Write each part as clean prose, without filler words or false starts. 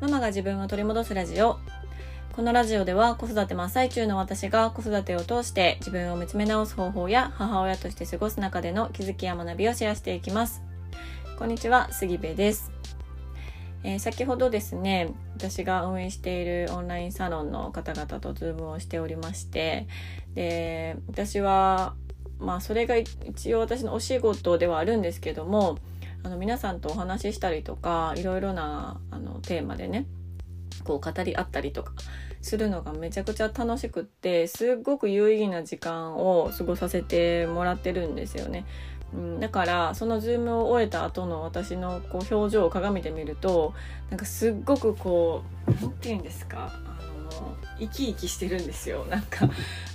ママが自分を取り戻すラジオ。このラジオでは子育て真っ最中の私が子育てを通して自分を見つめ直す方法や母親として過ごす中での気づきや学びをシェアしていきます。こんにちは、杉部です。先ほどですね、私が運営しているオンラインサロンの方々とズームをしておりまして、で私はそれが一応私のお仕事ではあるんですけども、皆さんとお話ししたりとかいろいろなテーマでねこう語り合ったりとかするのがめちゃくちゃ楽しくって、すっごく有意義な時間を過ごさせてもらってるんですよね。だからそのズームを終えた後の私の表情を鏡で見ると、なんかすっごくなんていうんですか、生き生きしてるんですよ。なんか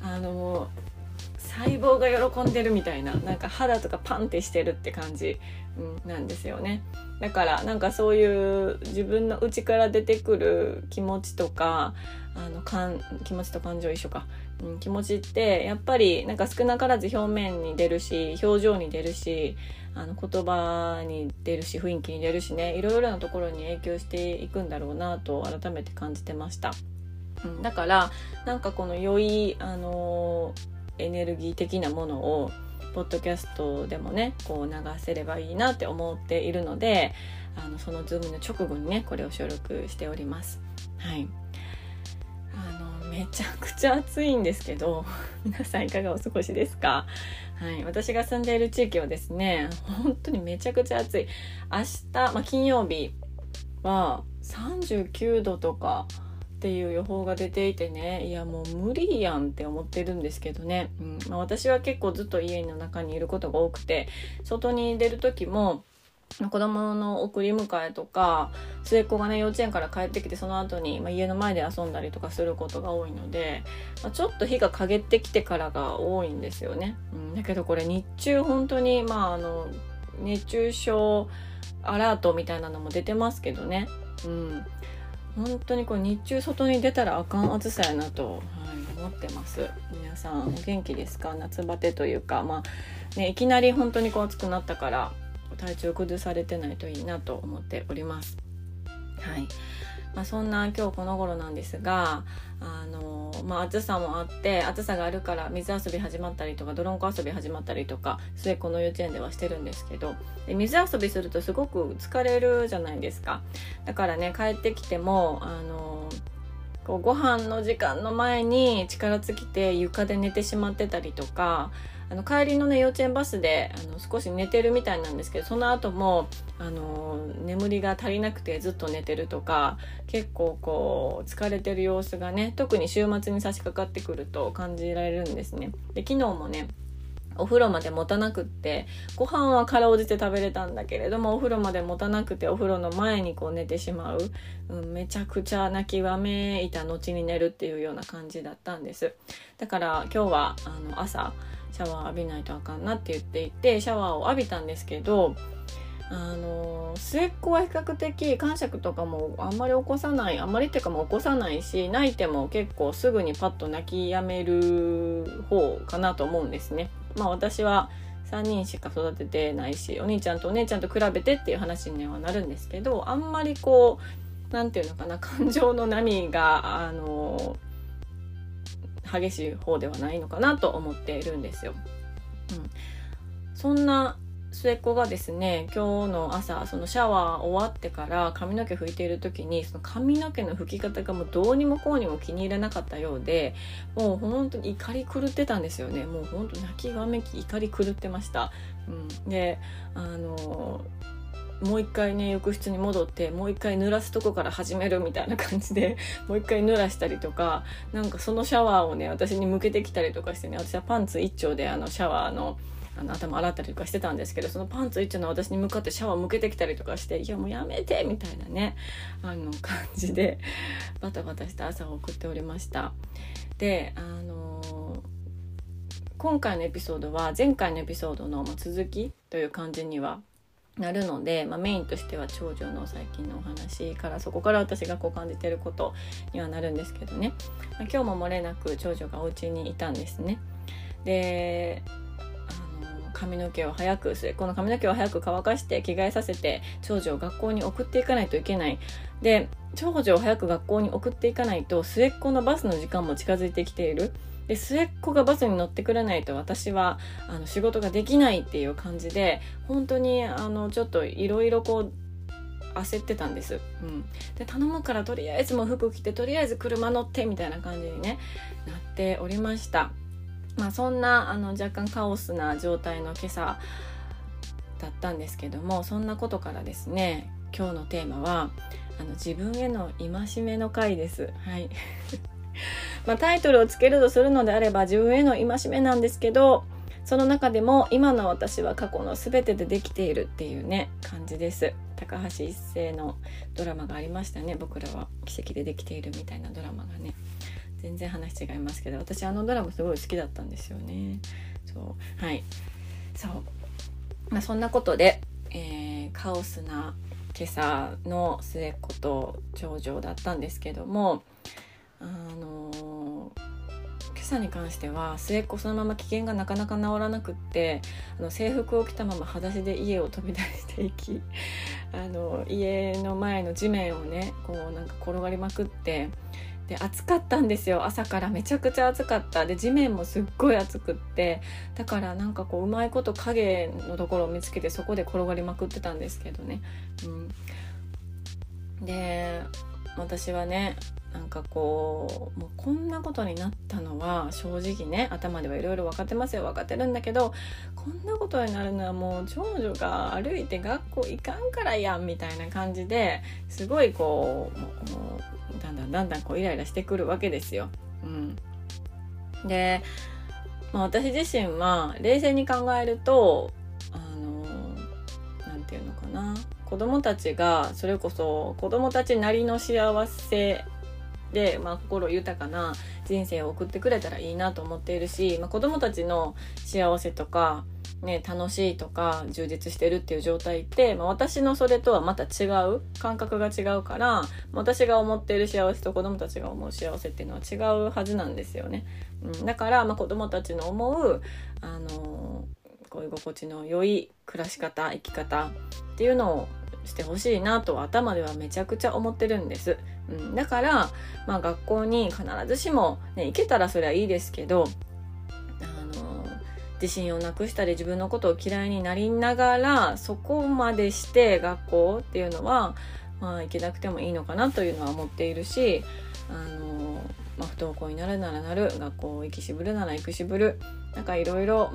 細胞が喜んでるみたいな、なんか肌とかパンってしてるって感じ、なんですよね。だからなんかそういう自分の内から出てくる気持ちとか気持ちと感情一緒か、気持ちってやっぱりなんか少なからず表面に出るし、表情に出るし、言葉に出るし、雰囲気に出るしね、いろいろなところに影響していくんだろうなと改めて感じてました。だからなんかこの良いエネルギー的なものをポッドキャストでもね流せればいいなって思っているので、そのズームの直後にねこれを収録しております。はい。めちゃくちゃ暑いんですけど皆さんいかがお過ごしですか？はい、私が住んでいる地域はですね、本当にめちゃくちゃ暑い。明日、金曜日は39度とかっていう予報が出ていてね、いやもう無理やんって思ってるんですけどね、私は結構ずっと家の中にいることが多くて、外に出る時も子供の送り迎えとか、末っ子がね幼稚園から帰ってきてその後に、家の前で遊んだりとかすることが多いので、ちょっと日が陰ってきてからが多いんですよね。だけどこれ日中本当に熱中症アラートみたいなのも出てますけどね、本当に日中外に出たらあかん暑さやなと、思ってます。皆さんお元気ですか？夏バテというか、いきなり本当に暑くなったから体調崩されてないといいなと思っております。はい。そんな今日この頃なんですが、暑さもあって、暑さがあるから水遊び始まったりとか、泥んこ遊び始まったりとか、末っ子の幼稚園ではしてるんですけど、で水遊びするとすごく疲れるじゃないですか。だからね、帰ってきてもご飯の時間の前に力尽きて床で寝てしまってたりとか、帰りのね幼稚園バスで少し寝てるみたいなんですけど、その後も眠りが足りなくてずっと寝てるとか、結構疲れてる様子がね、特に週末に差し掛かってくると感じられるんですね。で昨日もねお風呂まで持たなくって、ご飯はかろうじて食べれたんだけれども、お風呂まで持たなくてお風呂の前に寝てしまう、めちゃくちゃ泣きわめいた後に寝るっていうような感じだったんです。だから今日は朝シャワー浴びないとあかんなって言っていて、シャワーを浴びたんですけど、末っ子は比較的感触とかもあんまり起こさない、あんまりっていうか起こさないし、泣いても結構すぐにパッと泣き止める方かなと思うんですね。私は3人しか育ててないし、お兄ちゃんとお姉ちゃんと比べてっていう話にはなるんですけど、あんまりなんていうのかな、感情の波が激しい方ではないのかなと思っているんですよ。そんな末っ子がですね、今日の朝そのシャワー終わってから髪の毛拭いている時に、その髪の毛の拭き方がもうどうにもこうにも気に入らなかったようで、もう本当に怒り狂ってたんですよね。もう本当泣きわめき怒り狂ってました。でもう一回ね浴室に戻ってもう一回濡らすとこから始めるみたいな感じでもう一回濡らしたりとか、なんかそのシャワーをね私に向けてきたりとかしてね、私はパンツ一丁でシャワーの頭洗ったりとかしてたんですけど、そのパンツ一丁の私に向かってシャワー向けてきたりとかして、いやもうやめてみたいなね感じでバタバタした朝を送っておりました。で今回のエピソードは前回のエピソードの続きという感じにはなるので、メインとしては長女の最近のお話から、そこから私が感じていることにはなるんですけどね、今日も漏れなく長女がお家にいたんですね。で髪の毛を早く末っ子の髪の毛を早く乾かして着替えさせて長女を学校に送っていかないといけない。で長女を早く学校に送っていかないと末っ子のバスの時間も近づいてきている。で末っ子がバスに乗ってくれないと私は仕事ができないっていう感じで、本当にちょっといろいろこう焦ってたんです、で頼むからとりあえずもう服着てとりあえず車乗ってみたいな感じにねなっておりました。そんな若干カオスな状態の今朝だったんですけども、そんなことからですね、今日のテーマは自分への戒めの回です。はいタイトルをつけるとするのであれば自分への戒めなんですけど、その中でも今の私は過去の全てでできているっていうね感じです。高橋一生のドラマがありましたね。僕らは奇跡でできているみたいなドラマがね、全然話違いますけど、私ドラマすごい好きだったんですよね。そんなことで、カオスな今朝の末っ子と長女だったんですけども、今朝に関しては末っ子そのまま機嫌がなかなか治らなくって、制服を着たまま裸足で家を飛び出していき家の前の地面をねこうなんか転がりまくって、で暑かったんですよ。朝からめちゃくちゃ暑かった。で地面もすっごい暑くって、だからなんかこううまいこと影のところを見つけてそこで転がりまくってたんですけどね、で私はねなんかこうもうこんなことになったのは正直ね頭ではいろいろ分かってますよ。分かってるんだけど、こんなことになるのはもう長女が歩いて学校行かんからやんみたいな感じですごいこうもうだんだんこうイライラしてくるわけですよ。で、私自身は冷静に考えるとなんていうのかな、子供たちがそれこそ子供たちなりの幸せで、心豊かな人生を送ってくれたらいいなと思っているし、子供たちの幸せとか、楽しいとか充実してるっていう状態って、私のそれとはまた違う感覚が違うから、私が思っている幸せと子供たちが思う幸せっていうのは違うはずなんですよね。だから、子供たちの思う恋心地の良い暮らし方生き方っていうのをしてほしいなと頭ではめちゃくちゃ思ってるんです。だから、学校に必ずしも、行けたらそれはいいですけど、自信をなくしたり自分のことを嫌いになりながらそこまでして学校っていうのは、行けなくてもいいのかなというのは思っているし、不登校になるならなる、学校行きしぶるなら行くしぶる、なんかいろいろ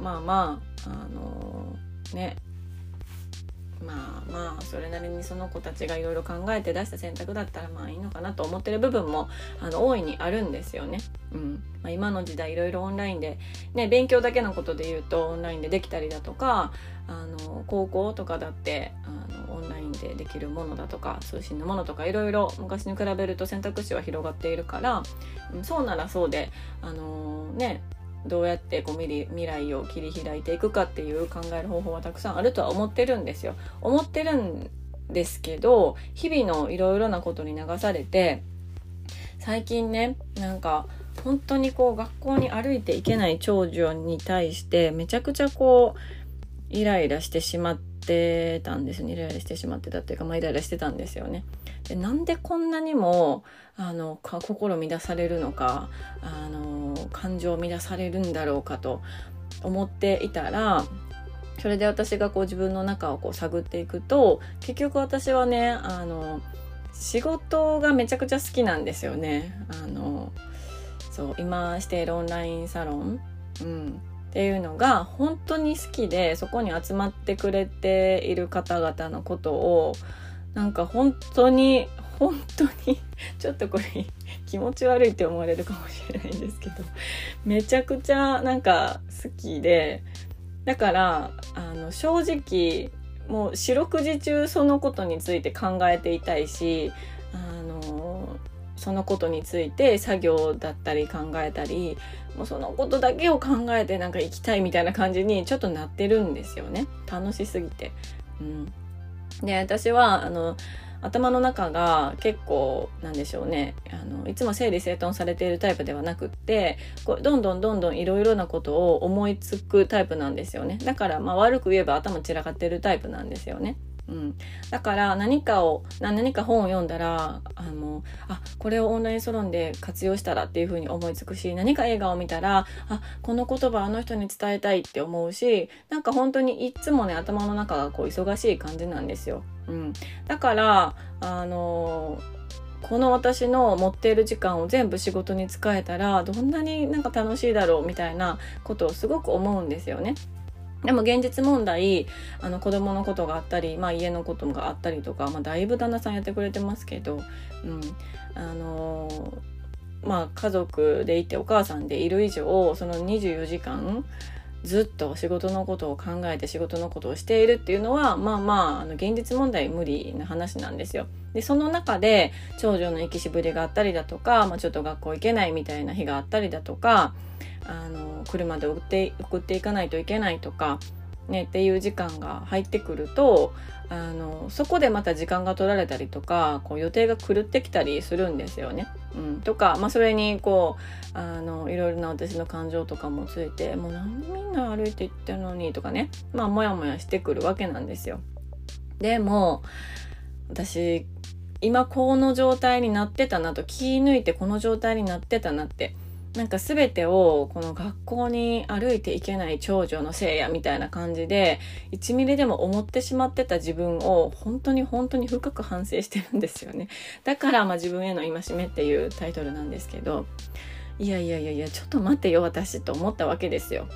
それなりにその子たちがいろいろ考えて出した選択だったらいいのかなと思ってる部分も大いにあるんですよね。今の時代いろいろオンラインで、勉強だけのことで言うとオンラインでできたりだとか、高校とかだってオンラインでできるものだとか通信のものとかいろいろ昔に比べると選択肢は広がっているから、そうならそうでどうやって未来を切り開いていくかっていう考える方法はたくさんあるとは思ってるんですけど、日々のいろいろなことに流されて、最近ねなんか本当にこう学校に歩いていけない長女に対してめちゃくちゃこうイライラしてしまってたんですね。イライラしてしまってたっていうか、イライラしてたんですよね。でなんでこんなにも心乱されるのか感情を乱されるんだろうかと思っていたら、それで私がこう自分の中をこう探っていくと、結局私はね仕事がめちゃくちゃ好きなんですよね。今しているオンラインサロン、っていうのが本当に好きで、そこに集まってくれている方々のことをなんか本当にちょっとこれ気持ち悪いって思われるかもしれないんですけど、めちゃくちゃなんか好きで、だから正直もう四六時中そのことについて考えていたいし、そのことについて作業だったり考えたり、もうそのことだけを考えてなんか生きたいみたいな感じにちょっとなってるんですよね。楽しすぎて。で私は頭の中が結構なんでしょうね、いつも整理整頓されているタイプではなくって、こうどんどんいろいろなことを思いつくタイプなんですよね。だから悪く言えば頭散らかってるタイプなんですよね。だから何か本を読んだらこれをオンラインサロンで活用したらっていう風に思いつくし、何か映画を見たらこの言葉あの人に伝えたいって思うし、なんか本当にいつもね頭の中がこう忙しい感じなんですよ。だからこの私の持っている時間を全部仕事に使えたらどんなになんか楽しいだろうみたいなことをすごく思うんですよね。でも現実問題子供のことがあったり、家のことがあったりとか、だいぶ旦那さんやってくれてますけど、家族でいてお母さんでいる以上その24時間ずっと仕事のことを考えて仕事のことをしているっていうのは現実問題無理な話なんですよ。でその中で長女の行きしぶりがあったりだとか、ちょっと学校行けないみたいな日があったりだとか、車で送っていかないといけないとかねっていう時間が入ってくるとそこでまた時間が取られたりとかこう予定が狂ってきたりするんですよね。とか、それにこういろいろな私の感情とかもついて、もうなんでみんな歩いていってるのにとかね、もやもやしてくるわけなんですよ。でも私今この状態になってたなと、気抜いてこの状態になってたなって、なんか全てをこの学校に歩いていけない長女のせいやみたいな感じで1ミリでも思ってしまってた自分を本当に深く反省してるんですよね。だから自分への戒めっていうタイトルなんですけど、いやちょっと待ってよ私と思ったわけですよ。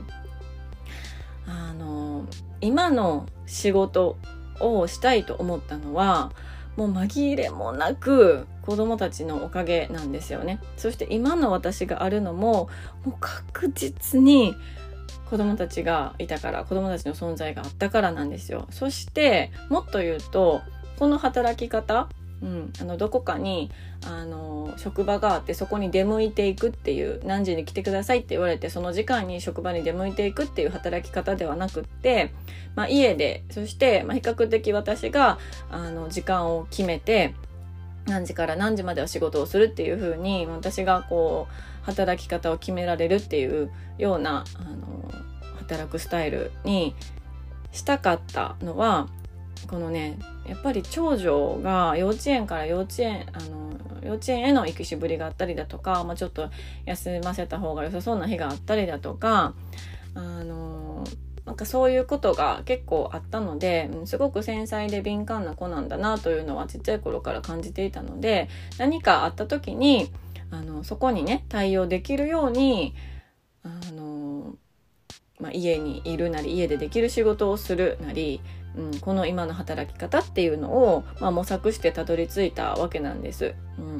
今の仕事をしたいと思ったのはもう紛れもなく子供たちのおかげなんですよね。そして今の私があるのもう確実に子供たちがいたから、子供たちの存在があったからなんですよ。そしてもっと言うとこの働き方、どこかに職場があってそこに出向いていくっていう、何時に来てくださいって言われてその時間に職場に出向いていくっていう働き方ではなくって、家で、そして比較的私が時間を決めて何時から何時までは仕事をするっていう風に私がこう働き方を決められるっていうような働くスタイルにしたかったのは、このねやっぱり長女が幼稚園への行きしぶりがあったりだとか、ちょっと休ませた方が良さそうな日があったりだとかなんかそういうことが結構あったので、すごく繊細で敏感な子なんだなというのはちっちゃい頃から感じていたので、何かあった時にそこにね対応できるように家にいるなり家でできる仕事をするなり、この今の働き方っていうのを、模索してたどり着いたわけなんです。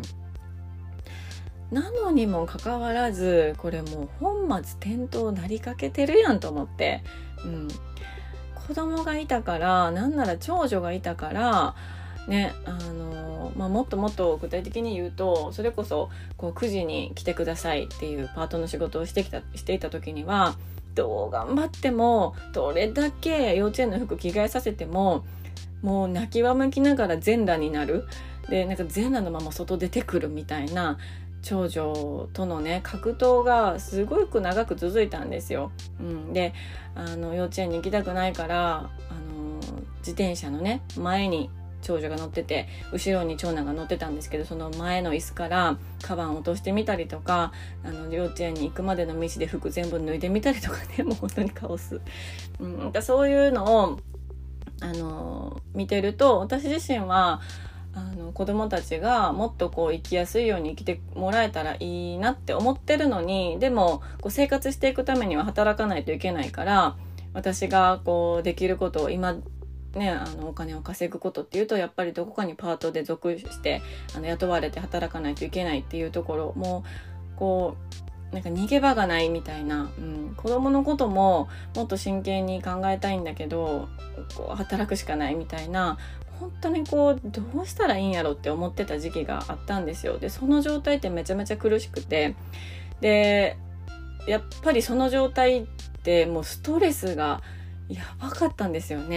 なのにもかかわらずこれもう本末転倒なりかけてるやんと思って、子供がいたから、なんなら長女がいたからね、もっと具体的に言うと、それこそこう9時に来てくださいっていうパートの仕事をしていた時には、どう頑張ってもどれだけ幼稚園の服着替えさせてももう泣きわめきながら全裸になる、でなんか全裸のまま外出てくるみたいな長女とのね格闘がすごく長く続いたんですよ。で幼稚園に行きたくないから自転車のね前に長女が乗ってて後ろに長男が乗ってたんですけど、その前の椅子からカバンを落としてみたりとか、幼稚園に行くまでの道で服全部脱いでみたりとかね、もう本当にカオス、なんかそういうのを見てると、私自身は子供たちがもっとこう生きやすいように生きてもらえたらいいなって思ってるのに、でもこう生活していくためには働かないといけないから、私がこうできることを今ね、お金を稼ぐことっていうと、やっぱりどこかにパートで属して雇われて働かないといけないっていうところもこうなんか逃げ場がないみたいな、子供のことももっと真剣に考えたいんだけどこう働くしかないみたいな、本当にこうどうしたらいいんやろって思ってた時期があったんですよ。でその状態ってめちゃめちゃ苦しくて、でやっぱりその状態ってもうストレスがやばかったんですよね。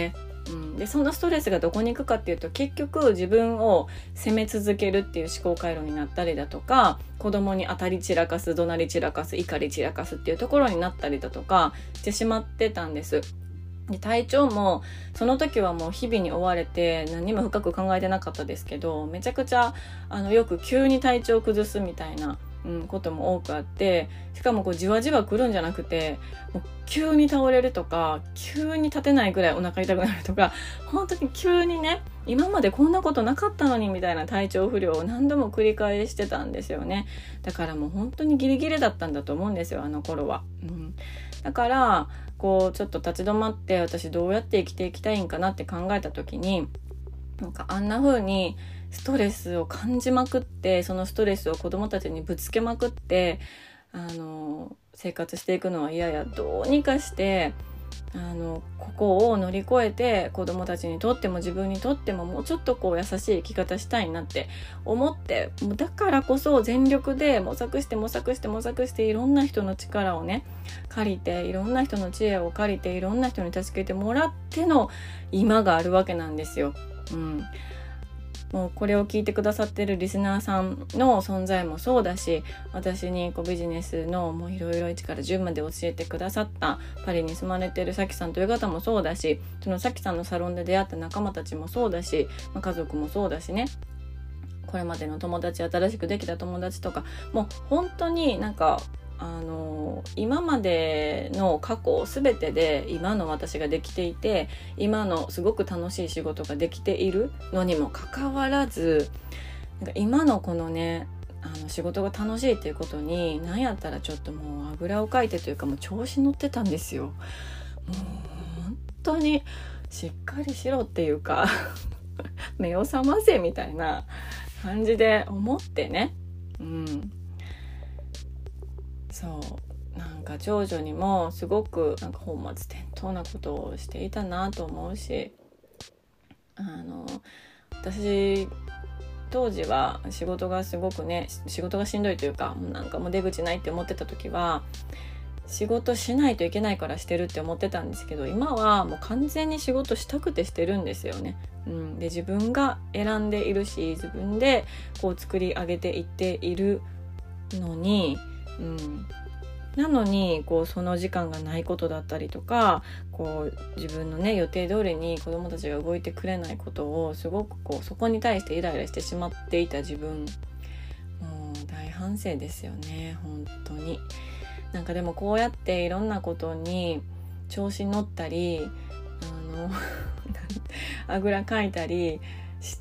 でそのストレスがどこに行くかっていうと、結局自分を責め続けるっていう思考回路になったりだとか、子供に当たり散らかす、怒鳴り散らかす、怒り散らかすっていうところになったりだとかしてしまってたんです。で体調もその時はもう日々に追われて何も深く考えてなかったですけど、めちゃくちゃよく急に体調を崩すみたいなことも多くあって、しかもこうじわじわ来るんじゃなくて、もう急に倒れるとか、急に立てないぐらいお腹痛くなるとか、本当に急にね、今までこんなことなかったのにみたいな体調不良を何度も繰り返してたんですよね。だからもう本当にギリギリだったんだと思うんですよ、あの頃は。だからこうちょっと立ち止まって、私どうやって生きていきたいんかなって考えた時に、なんかあんな風にストレスを感じまくって、そのストレスを子供たちにぶつけまくって生活していくのは嫌や、どうにかしてここを乗り越えて、子供たちにとっても自分にとってももうちょっとこう優しい生き方したいなって思って、もうだからこそ全力で模索していろんな人の力をね借りて、いろんな人の知恵を借りて、いろんな人に助けてもらっての今があるわけなんですよ。もうこれを聞いてくださってるリスナーさんの存在もそうだし、私にこうビジネスのもういろいろ1から10まで教えてくださったパリに住まれてるさきさんという方もそうだし、そのさきさんのサロンで出会った仲間たちもそうだし、家族もそうだしね、これまでの友達、新しくできた友達とか、もう本当になんか今までの過去全てで今の私ができていて、今のすごく楽しい仕事ができているのにもかかわらず、なんか今のこのね仕事が楽しいっていうことに、なんやったらちょっともうあぐらをかいてというか、もう調子乗ってたんですよ。もう本当にしっかりしろっていうか目を覚ませみたいな感じで思ってね。そうなんか長女にもすごくなんか本末転倒なことをしていたなと思うし、私当時は仕事がすごくね、仕事がしんどいというか、なんかもう出口ないって思ってた時は、仕事しないといけないからしてるって思ってたんですけど、今はもう完全に仕事したくてしてるんですよね。で自分が選んでいるし、自分でこう作り上げていっているのに、なのにこうその時間がないことだったりとか、こう自分のね予定通りに子どもたちが動いてくれないことをすごくこうそこに対してイライラしてしまっていた自分、もう大反省ですよね本当に。なんかでもこうやっていろんなことに調子に乗ったりあぐらかいたりして、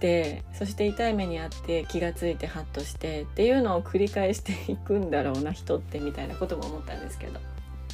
そして痛い目にあって気がついてハッとしてっていうのを繰り返していくんだろうな人って、みたいなことも思ったんですけど、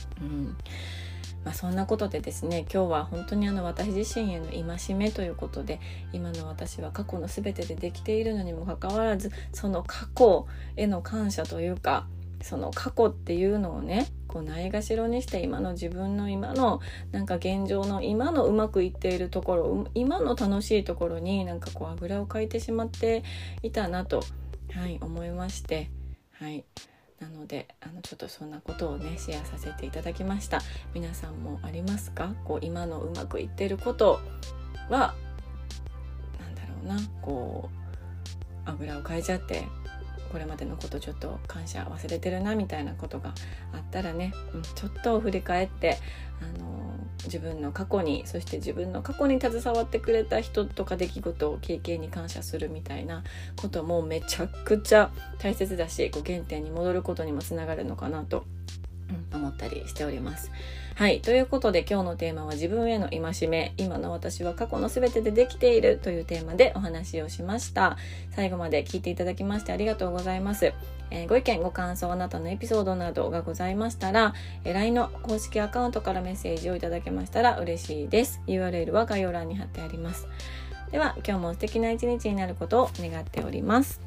そんなことでですね、今日は本当に私自身への戒めということで、今の私は過去の全てでできているのにもかかわらず、その過去への感謝というか、その過去っていうのをねこうないがしろにして、今の自分の今のなんか現状の今のうまくいっているところ、今の楽しいところになんかこうあぐらをかいてしまっていたなと、思いまして、なのでちょっとそんなことをねシェアさせていただきました。皆さんもありますか？こう今のうまくいっていることはなんだろうな、こうあぐらをかいちゃってこれまでのことちょっと感謝忘れてるなみたいなことがあったらね、ちょっと振り返って自分の過去に、そして自分の過去に携わってくれた人とか出来事を経験に感謝するみたいなこともめちゃくちゃ大切だし、こう原点に戻ることにもつながるのかなと思ったりしております。ということで今日のテーマは自分への戒め、今の私は過去のすべてでできているというテーマでお話をしました。最後まで聞いていただきましてありがとうございます。ご意見ご感想、あなたのエピソードなどがございましたら、LINE の公式アカウントからメッセージをいただけましたら嬉しいです。 URL は概要欄に貼ってあります。では今日も素敵な一日になることを願っております。